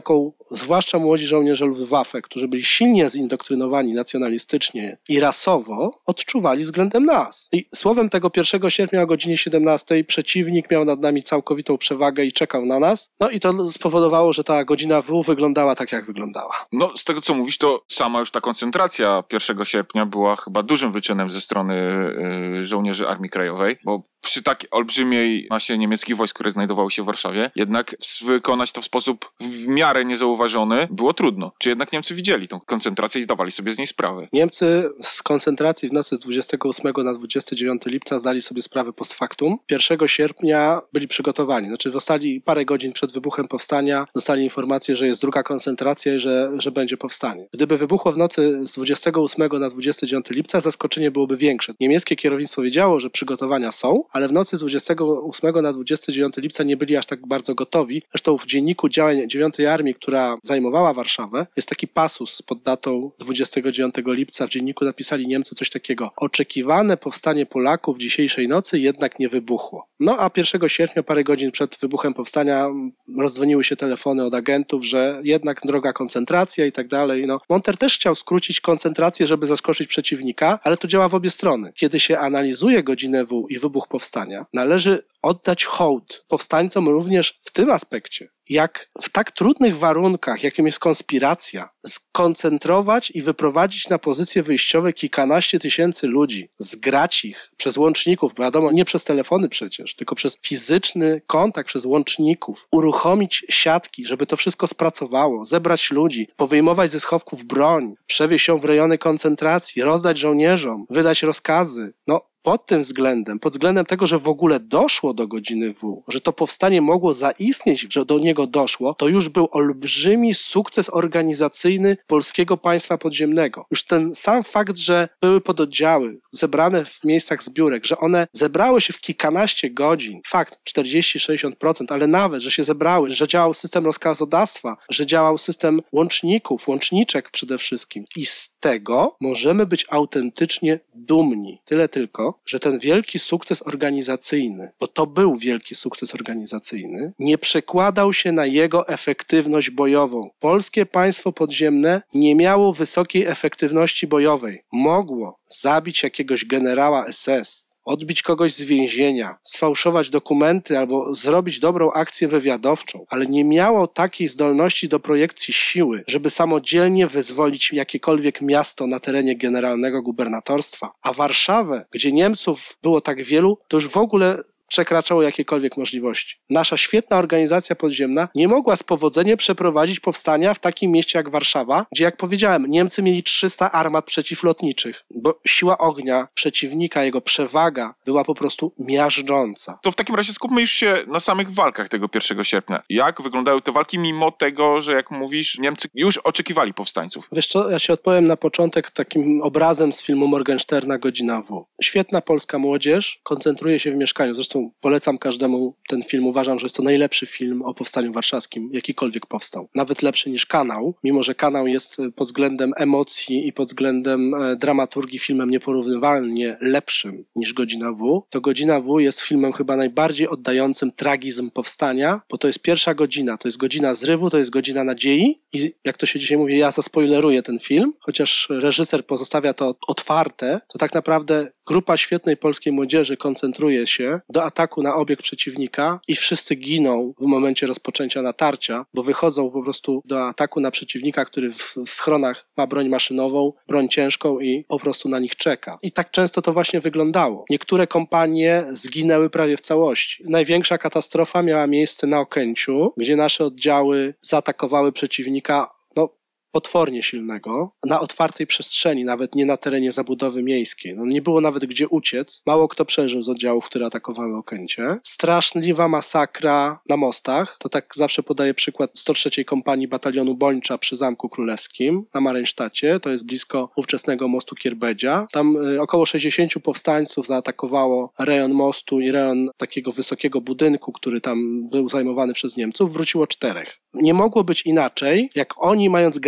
zwłaszcza młodzi żołnierze Luftwaffe, którzy byli silnie zindoktrynowani nacjonalistycznie i rasowo, odczuwali względem nas. I słowem tego pierwszego sierpnia o godzinie siedemnastej przeciwnik miał nad nami całkowitą przewagę i czekał na nas. No i to spowodowało, że ta godzina W wyglądała tak, jak wyglądała. No, z tego co mówisz, to sama już ta koncentracja pierwszego sierpnia była chyba dużym wyczynem ze strony y, żołnierzy Armii Krajowej, bo przy takiej olbrzymiej masie niemieckich wojsk, które znajdowały się w Warszawie, jednak wykonać to w sposób w miarę niezauważony było trudno. Czy jednak Niemcy widzieli tą koncentrację i zdawali sobie z niej sprawę? Niemcy z koncentracji w nocy z dwudziestego ósmego na dwudziestego dziewiątego lipca zdali sobie sprawę post factum. pierwszego sierpnia byli przygotowani, znaczy zostali parę godzin przed wybuchem powstania, dostali informację, że jest druga koncentracja i że, że będzie powstanie. Gdyby wybuchło w nocy z dwudziestego ósmego na dwudziestego dziewiątego lipca, zaskoczenie byłoby większe. Niemieckie kierownictwo wiedziało, że przygotowania są, ale w nocy z dwudziestego ósmego na dwudziestego dziewiątego lipca nie byli aż tak bardzo gotowi. Zresztą w dzienniku działań dziewiątej Armii, która zajmowała Warszawę, jest taki pasus pod datą dwudziestego dziewiątego lipca. W dzienniku napisali Niemcy coś takiego: oczekiwane powstanie Polaków dzisiejszej nocy jednak nie wybuchło. No a pierwszego sierpnia, parę godzin przed wybuchem powstania, rozdzwoniły się telefony od agentów, że jednak droga koncentracja i tak dalej. No, Monter też chciał skrócić koncentrację, żeby zaskoczyć przeciwnika, ale to działa w obie strony. Kiedy się analizuje godzinę W i wybuch powstania, należy oddać hołd powstańcom również w tym aspekcie, jak w tak trudnych warunkach, jakim jest konspiracja, skoncentrować i wyprowadzić na pozycje wyjściowe kilkanaście tysięcy ludzi, zgrać ich przez łączników, bo wiadomo, nie przez telefony przecież, tylko przez fizyczny kontakt, przez łączników, uruchomić siatki, żeby to wszystko spracowało, zebrać ludzi, powyjmować ze schowków broń, przewieźć ją w rejony koncentracji, rozdać żołnierzom, wydać rozkazy. No, pod tym względem, pod względem tego, że w ogóle doszło do godziny W, że to powstanie mogło zaistnieć, że do niego doszło, to już był olbrzymi sukces organizacyjny polskiego państwa podziemnego. Już ten sam fakt, że były pododdziały zebrane w miejscach zbiórek, że one zebrały się w kilkanaście godzin, fakt czterdzieści do sześćdziesięciu procent, ale nawet, że się zebrały, że działał system rozkazodawstwa, że działał system łączników, łączniczek przede wszystkim. I z tego możemy być autentycznie dumni. Tyle tylko, że ten wielki sukces organizacyjny, bo to był wielki sukces organizacyjny, nie przekładał się na jego efektywność bojową. Polskie państwo podziemne nie miało wysokiej efektywności bojowej. Mogło zabić jakiegoś generała S S, odbić kogoś z więzienia, sfałszować dokumenty albo zrobić dobrą akcję wywiadowczą, ale nie miało takiej zdolności do projekcji siły, żeby samodzielnie wyzwolić jakiekolwiek miasto na terenie generalnego gubernatorstwa. A Warszawę, gdzie Niemców było tak wielu, to już w ogóle przekraczało jakiekolwiek możliwości. Nasza świetna organizacja podziemna nie mogła z powodzeniem przeprowadzić powstania w takim mieście jak Warszawa, gdzie, jak powiedziałem, Niemcy mieli trzysta armat przeciwlotniczych, bo siła ognia przeciwnika, jego przewaga była po prostu miażdżąca. To w takim razie skupmy już się na samych walkach tego pierwszego sierpnia. Jak wyglądały te walki, mimo tego, że jak mówisz, Niemcy już oczekiwali powstańców? Wiesz co, ja ci odpowiem na początek takim obrazem z filmu Morgensterna Godzina W. Świetna polska młodzież koncentruje się w mieszkaniu. Zresztą polecam każdemu ten film. Uważam, że jest to najlepszy film o Powstaniu Warszawskim, jakikolwiek powstał. Nawet lepszy niż Kanał, mimo że Kanał jest pod względem emocji i pod względem dramaturgii filmem nieporównywalnie lepszym niż Godzina W. To Godzina W jest filmem chyba najbardziej oddającym tragizm powstania, bo to jest pierwsza godzina, to jest godzina zrywu, to jest godzina nadziei i jak to się dzisiaj mówi, ja zaspoileruję ten film, chociaż reżyser pozostawia to otwarte, to tak naprawdę grupa świetnej polskiej młodzieży koncentruje się do ataku na obiekt przeciwnika i wszyscy giną w momencie rozpoczęcia natarcia, bo wychodzą po prostu do ataku na przeciwnika, który w, w schronach ma broń maszynową, broń ciężką i po prostu na nich czeka. I tak często to właśnie wyglądało. Niektóre kompanie zginęły prawie w całości. Największa katastrofa miała miejsce na Okęciu, gdzie nasze oddziały zaatakowały przeciwnika potwornie silnego, na otwartej przestrzeni, nawet nie na terenie zabudowy miejskiej. No, nie było nawet gdzie uciec. Mało kto przeżył z oddziałów, które atakowały Okęcie. Straszliwa masakra na mostach. To tak zawsze podaję przykład sto trzeciej Kompanii Batalionu Bończa przy Zamku Królewskim na Marynsztacie. To jest blisko ówczesnego mostu Kierbedzia. Tam y, około sześćdziesięciu powstańców zaatakowało rejon mostu i rejon takiego wysokiego budynku, który tam był zajmowany przez Niemców. Wróciło czterech. Nie mogło być inaczej, jak oni, mając granaty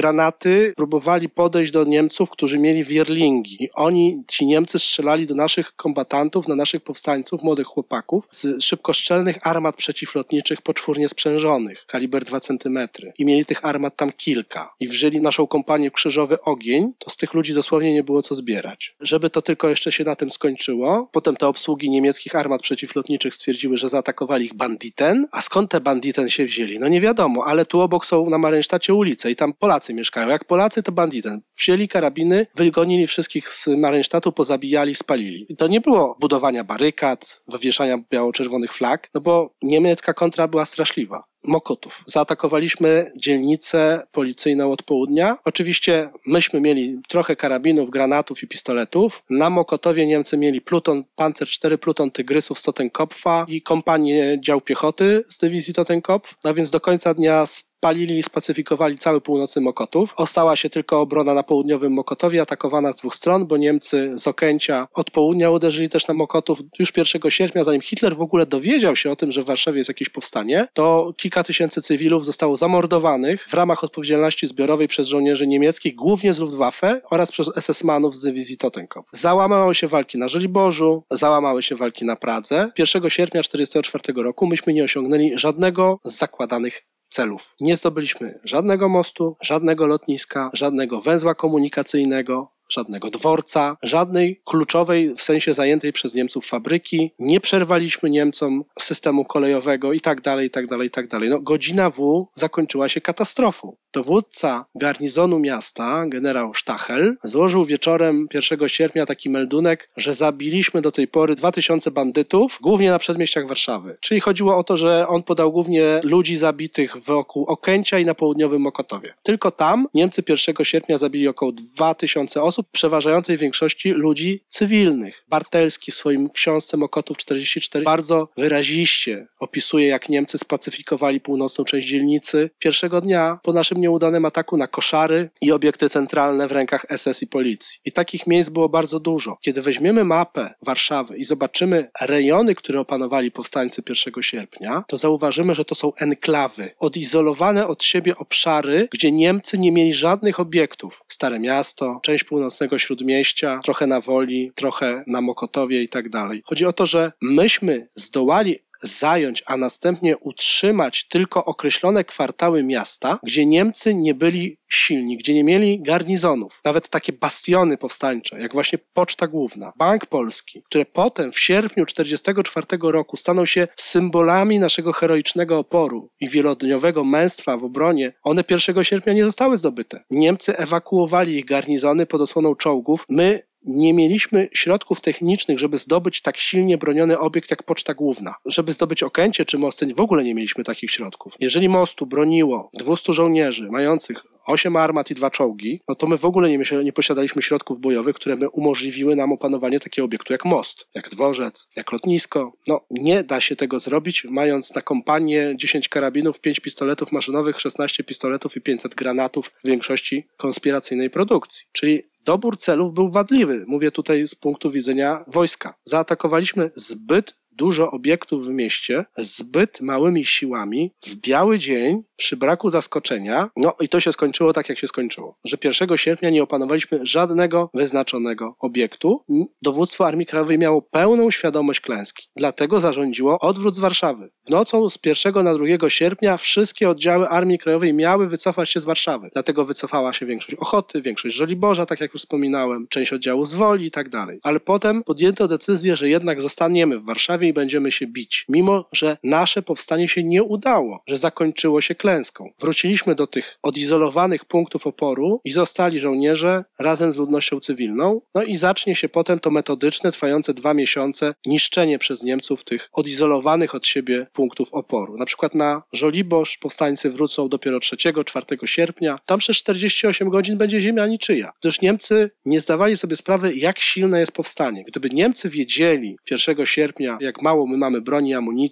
granaty, próbowali podejść do Niemców, którzy mieli wirlingi. I oni, ci Niemcy, strzelali do naszych kombatantów, na naszych powstańców, młodych chłopaków, z szybkoszczelnych armat przeciwlotniczych poczwórnie sprzężonych, kaliber dwa centymetry. I mieli tych armat tam kilka. I wzięli naszą kompanię w krzyżowy ogień, to z tych ludzi dosłownie nie było co zbierać. Żeby to tylko jeszcze się na tym skończyło, potem te obsługi niemieckich armat przeciwlotniczych stwierdziły, że zaatakowali ich banditen. A skąd te banditen się wzięli? No nie wiadomo, ale tu obok są na Marynsztacie ulice i tam Polacy mieszkają. Jak Polacy, to banditen. Wzięli karabiny, wygonili wszystkich z Marynsztatu, pozabijali, spalili. I to nie było budowania barykad, wywieszania biało-czerwonych flag, no bo niemiecka kontra była straszliwa. Mokotów. Zaatakowaliśmy dzielnicę policyjną od południa. Oczywiście myśmy mieli trochę karabinów, granatów i pistoletów. Na Mokotowie Niemcy mieli pluton, Panzer cztery, pluton Tygrysów z Totenkopfa i kompanię dział piechoty z dywizji Totenkopf. No więc do końca dnia palili i spacyfikowali cały północny Mokotów. Ostała się tylko obrona na południowym Mokotowie, atakowana z dwóch stron, bo Niemcy z Okęcia od południa uderzyli też na Mokotów. Już pierwszego sierpnia, zanim Hitler w ogóle dowiedział się o tym, że w Warszawie jest jakieś powstanie, to kilka tysięcy cywilów zostało zamordowanych w ramach odpowiedzialności zbiorowej przez żołnierzy niemieckich, głównie z Luftwaffe oraz przez es es manów z dywizji Totenkopf. Załamały się walki na Żoliborzu, załamały się walki na Pradze. pierwszego sierpnia tysiąc dziewięćset czterdziestego czwartego roku myśmy nie osiągnęli żadnego z zakładanych celów. Nie zdobyliśmy żadnego mostu, żadnego lotniska, żadnego węzła komunikacyjnego, żadnego dworca, żadnej kluczowej w sensie zajętej przez Niemców fabryki. Nie przerwaliśmy Niemcom systemu kolejowego i tak dalej, i tak dalej, i tak dalej. No, godzina W zakończyła się katastrofą. Dowódca garnizonu miasta, generał Stachel, złożył wieczorem pierwszego sierpnia taki meldunek, że zabiliśmy do tej pory dwa tysiące bandytów, głównie na przedmieściach Warszawy. Czyli chodziło o to, że on podał głównie ludzi zabitych wokół Okęcia i na południowym Mokotowie. Tylko tam Niemcy pierwszego sierpnia zabili około dwa tysiące osób, w przeważającej większości ludzi cywilnych. Bartelski w swoim książce Mokotów czterdzieści cztery bardzo wyraziście opisuje, jak Niemcy spacyfikowali północną część dzielnicy pierwszego dnia po naszym nieudanym ataku na koszary i obiekty centralne w rękach es es i policji. I takich miejsc było bardzo dużo. Kiedy weźmiemy mapę Warszawy i zobaczymy rejony, które opanowali powstańcy pierwszego sierpnia, to zauważymy, że to są enklawy, odizolowane od siebie obszary, gdzie Niemcy nie mieli żadnych obiektów. Stare Miasto, część północnego Śródmieścia, trochę na Woli, trochę na Mokotowie i tak dalej. Chodzi o to, że myśmy zdołali zająć, a następnie utrzymać tylko określone kwartały miasta, gdzie Niemcy nie byli silni, gdzie nie mieli garnizonów. Nawet takie bastiony powstańcze, jak właśnie Poczta Główna, Bank Polski, które potem w sierpniu tysiąc dziewięćset czterdziestego czwartego roku staną się symbolami naszego heroicznego oporu i wielodniowego męstwa w obronie, one pierwszego sierpnia nie zostały zdobyte. Niemcy ewakuowali ich garnizony pod osłoną czołgów. My nie mieliśmy środków technicznych, żeby zdobyć tak silnie broniony obiekt jak Poczta Główna. Żeby zdobyć Okęcie czy mosty, w ogóle nie mieliśmy takich środków. Jeżeli mostu broniło dwustu żołnierzy mających osiem armat i dwa czołgi, no to my w ogóle nie, nie posiadaliśmy środków bojowych, które by umożliwiły nam opanowanie takiego obiektu jak most, jak dworzec, jak lotnisko. No nie da się tego zrobić, mając na kompanię dziesięć karabinów, pięć pistoletów maszynowych, szesnaście pistoletów i pięćset granatów w większości konspiracyjnej produkcji. Czyli dobór celów był wadliwy. Mówię tutaj z punktu widzenia wojska. Zaatakowaliśmy zbyt dużo obiektów w mieście, zbyt małymi siłami, w biały dzień, przy braku zaskoczenia. No i to się skończyło tak, jak się skończyło. Że pierwszego sierpnia nie opanowaliśmy żadnego wyznaczonego obiektu. Dowództwo Armii Krajowej miało pełną świadomość klęski. Dlatego zarządziło odwrót z Warszawy. W nocą z pierwszego na drugiego sierpnia wszystkie oddziały Armii Krajowej miały wycofać się z Warszawy. Dlatego wycofała się większość Ochoty, większość Żoliborza, tak jak już wspominałem, część oddziału z Woli i tak dalej. Ale potem podjęto decyzję, że jednak zostaniemy w Warszawie i będziemy się bić. Mimo że nasze powstanie się nie udało, że zakończyło się klęską. Wróciliśmy do tych odizolowanych punktów oporu i zostali żołnierze razem z ludnością cywilną. No i zacznie się potem to metodyczne, trwające dwa miesiące niszczenie przez Niemców tych odizolowanych od siebie punktów oporu. Na przykład na Żoliborz powstańcy wrócą dopiero trzeciego czwartego sierpnia. Tam przez czterdzieści osiem godzin będzie ziemia niczyja. Gdyż Niemcy nie zdawali sobie sprawy, jak silne jest powstanie. Gdyby Niemcy wiedzieli pierwszego sierpnia, jak mało my mamy broni i amunicji,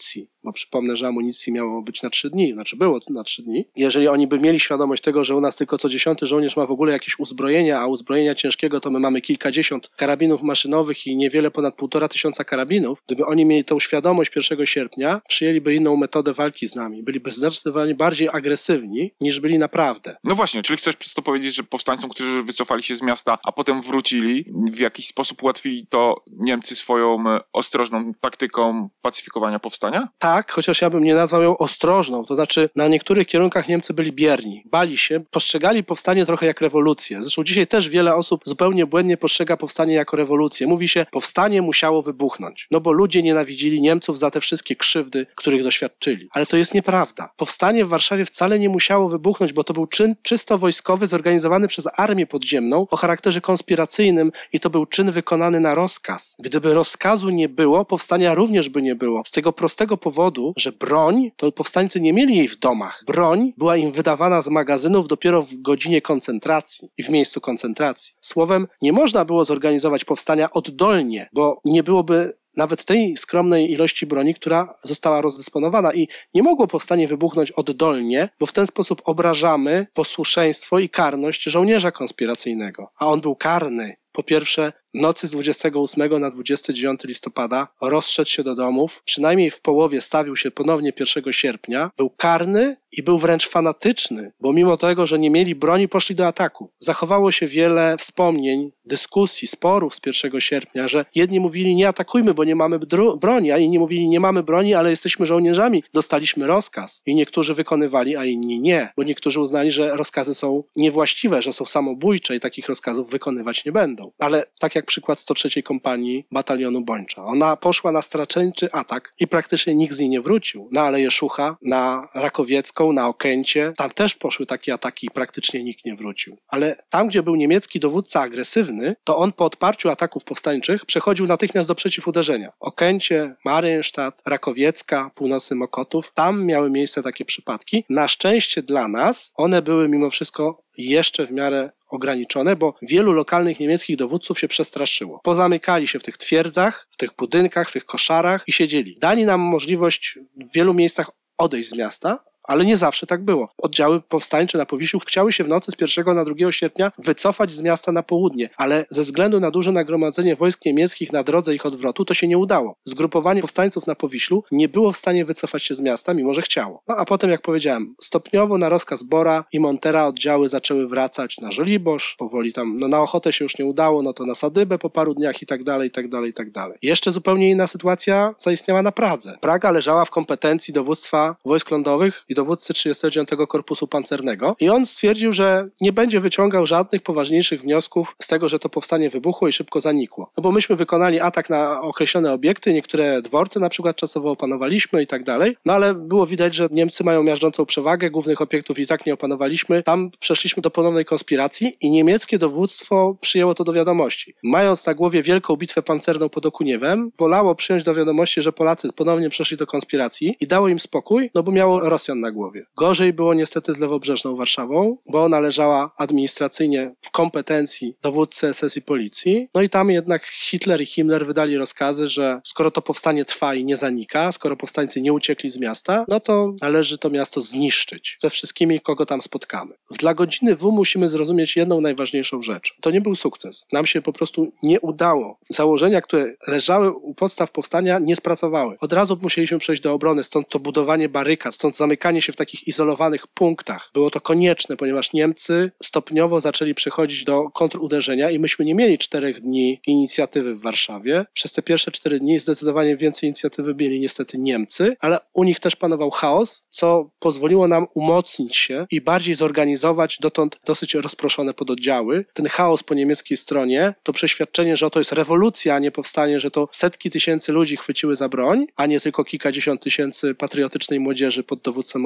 bo przypomnę, że amunicji miało być na trzy dni, znaczy było na trzy dni. Jeżeli oni by mieli świadomość tego, że u nas tylko co dziesiąty żołnierz ma w ogóle jakieś uzbrojenia, a uzbrojenia ciężkiego to my mamy kilkadziesiąt karabinów maszynowych i niewiele ponad półtora tysiąca karabinów, gdyby oni mieli tą świadomość pierwszego sierpnia, przyjęliby inną metodę walki z nami. Byliby zdecydowanie bardziej agresywni, niż byli naprawdę. No właśnie, czyli chcesz przez to powiedzieć, że powstańcom, którzy wycofali się z miasta, a potem wrócili, w jakiś sposób ułatwili to Niemcy swoją e, ostrożną taktyką pacyfikowania powstania? Tak, chociaż ja bym nie nazwał ją ostrożną, to znaczy na niektórych kierunkach Niemcy byli bierni, bali się, postrzegali powstanie trochę jak rewolucję. Zresztą dzisiaj też wiele osób zupełnie błędnie postrzega powstanie jako rewolucję. Mówi się, powstanie musiało wybuchnąć, no bo ludzie nienawidzili Niemców za te wszystkie krzywdy, których doświadczyli. Ale to jest nieprawda. Powstanie w Warszawie wcale nie musiało wybuchnąć, bo to był czyn czysto wojskowy zorganizowany przez armię podziemną o charakterze konspiracyjnym i to był czyn wykonany na rozkaz. Gdyby rozkazu nie było, powstania również by nie było. Z tego prostego powodu, że broń, to powstańcy nie mieli jej w domach. Broń była im wydawana z magazynów dopiero w godzinie koncentracji i w miejscu koncentracji. Słowem, nie można było zorganizować powstania oddolnie, bo nie byłoby nawet tej skromnej ilości broni, która została rozdysponowana i nie mogło powstanie wybuchnąć oddolnie, bo w ten sposób obrażamy posłuszeństwo i karność żołnierza konspiracyjnego. A on był karny. Po pierwsze, w nocy z dwudziestego ósmego na dwudziestego dziewiątego listopada rozszedł się do domów, przynajmniej w połowie stawił się ponownie pierwszego sierpnia, był karny i był wręcz fanatyczny, bo mimo tego, że nie mieli broni, poszli do ataku. Zachowało się wiele wspomnień, dyskusji, sporów z pierwszego sierpnia, że jedni mówili nie atakujmy, bo nie mamy broni, a inni mówili nie mamy broni, ale jesteśmy żołnierzami, dostaliśmy rozkaz. I niektórzy wykonywali, a inni nie, bo niektórzy uznali, że rozkazy są niewłaściwe, że są samobójcze i takich rozkazów wykonywać nie będą. Ale tak jak przykład sto trzeciej kompanii batalionu Bończa. Ona poszła na straceńczy atak i praktycznie nikt z niej nie wrócił. Na Aleję Szucha, na Rakowiecką, na Okęcie. Tam też poszły takie ataki i praktycznie nikt nie wrócił. Ale tam, gdzie był niemiecki dowódca agresywny, to on po odparciu ataków powstańczych przechodził natychmiast do przeciwuderzenia. Okęcie, Marienstadt, Rakowiecka, północny Mokotów. Tam miały miejsce takie przypadki. Na szczęście dla nas one były mimo wszystko jeszcze w miarę ograniczone, bo wielu lokalnych niemieckich dowódców się przestraszyło. Pozamykali się w tych twierdzach, w tych budynkach, w tych koszarach i siedzieli. Dali nam możliwość w wielu miejscach odejść z miasta, ale nie zawsze tak było. Oddziały powstańcze na Powiślu chciały się w nocy z pierwszego na drugiego sierpnia wycofać z miasta na południe, ale ze względu na duże nagromadzenie wojsk niemieckich na drodze ich odwrotu to się nie udało. Zgrupowanie powstańców na Powiślu nie było w stanie wycofać się z miasta, mimo że chciało. No a potem, jak powiedziałem, stopniowo na rozkaz Bora i Montera oddziały zaczęły wracać na Żoliborz, powoli tam, no na Ochotę się już nie udało, no to na Sadybę po paru dniach i tak dalej, i tak dalej, i tak dalej. Jeszcze zupełnie inna sytuacja zaistniała na Pradze. Praga leżała w kompetencji dowództwa wojsk lądowych i dowódcy trzydziestego dziewiątego Korpusu Pancernego i on stwierdził, że nie będzie wyciągał żadnych poważniejszych wniosków z tego, że to powstanie wybuchło i szybko zanikło. No bo myśmy wykonali atak na określone obiekty, niektóre dworce na przykład czasowo opanowaliśmy i tak dalej, no ale było widać, że Niemcy mają miażdżącą przewagę, głównych obiektów i tak nie opanowaliśmy. Tam przeszliśmy do ponownej konspiracji i niemieckie dowództwo przyjęło to do wiadomości. Mając na głowie wielką bitwę pancerną pod Okuniewem, wolało przyjąć do wiadomości, że Polacy ponownie przeszli do konspiracji i dało im spokój, no bo miało Rosjan na głowie. Gorzej było niestety z lewobrzeżną Warszawą, bo ona leżała administracyjnie w kompetencji dowódcy S S i policji. No i tam jednak Hitler i Himmler wydali rozkazy, że skoro to powstanie trwa i nie zanika, skoro powstańcy nie uciekli z miasta, no to należy to miasto zniszczyć ze wszystkimi, kogo tam spotkamy. Dla godziny W musimy zrozumieć jedną najważniejszą rzecz. To nie był sukces. Nam się po prostu nie udało. Założenia, które leżały u podstaw powstania, nie spracowały. Od razu musieliśmy przejść do obrony, stąd to budowanie barykad, stąd zamykanie się w takich izolowanych punktach. Było to konieczne, ponieważ Niemcy stopniowo zaczęli przechodzić do kontruderzenia i myśmy nie mieli czterech dni inicjatywy w Warszawie. Przez te pierwsze cztery dni zdecydowanie więcej inicjatywy mieli niestety Niemcy, ale u nich też panował chaos, co pozwoliło nam umocnić się i bardziej zorganizować dotąd dosyć rozproszone pododdziały. Ten chaos po niemieckiej stronie, to przeświadczenie, że to jest rewolucja, a nie powstanie, że to setki tysięcy ludzi chwyciły za broń, a nie tylko kilkadziesiąt tysięcy patriotycznej młodzieży pod dowództwem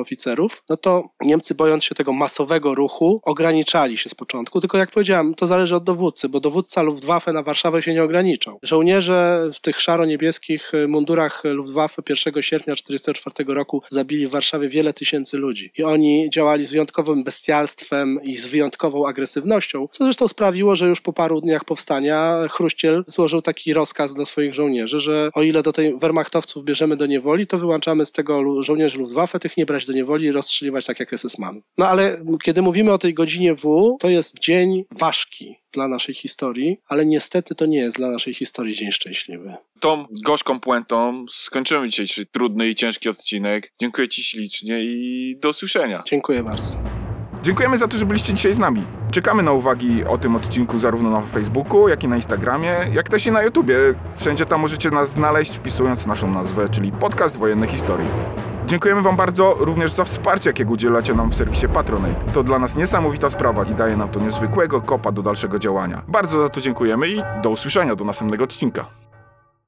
oficerów, no to Niemcy, bojąc się tego masowego ruchu, ograniczali się z początku. Tylko jak powiedziałem, to zależy od dowódcy, bo dowódca Luftwaffe na Warszawę się nie ograniczał. Żołnierze w tych szaro-niebieskich mundurach Luftwaffe pierwszego sierpnia tysiąc dziewięćset czterdziestego czwartego roku zabili w Warszawie wiele tysięcy ludzi. I oni działali z wyjątkowym bestialstwem i z wyjątkową agresywnością, co zresztą sprawiło, że już po paru dniach powstania Chruściel złożył taki rozkaz do swoich żołnierzy, że o ile do tej wehrmachtowców bierzemy do niewoli, to wyłączamy z tego lu- żołnierzy Luftwaffe, tych nie brać do niewoli i rozstrzeliwać tak jak es es manów. No ale kiedy mówimy o tej godzinie W, to jest dzień ważki dla naszej historii, ale niestety to nie jest dla naszej historii dzień szczęśliwy. Tą gorzką puentą skończymy dzisiejszy trudny i ciężki odcinek. Dziękuję Ci ślicznie i do usłyszenia. Dziękuję bardzo. Dziękujemy za to, że byliście dzisiaj z nami. Czekamy na uwagi o tym odcinku zarówno na Facebooku, jak i na Instagramie, jak też i na YouTubie. Wszędzie tam możecie nas znaleźć, wpisując naszą nazwę, czyli Podcast Wojenne Historii. Dziękujemy Wam bardzo również za wsparcie, jakiego udzielacie nam w serwisie Patronate. To dla nas niesamowita sprawa i daje nam to niezwykłego kopa do dalszego działania. Bardzo za to dziękujemy i do usłyszenia do następnego odcinka.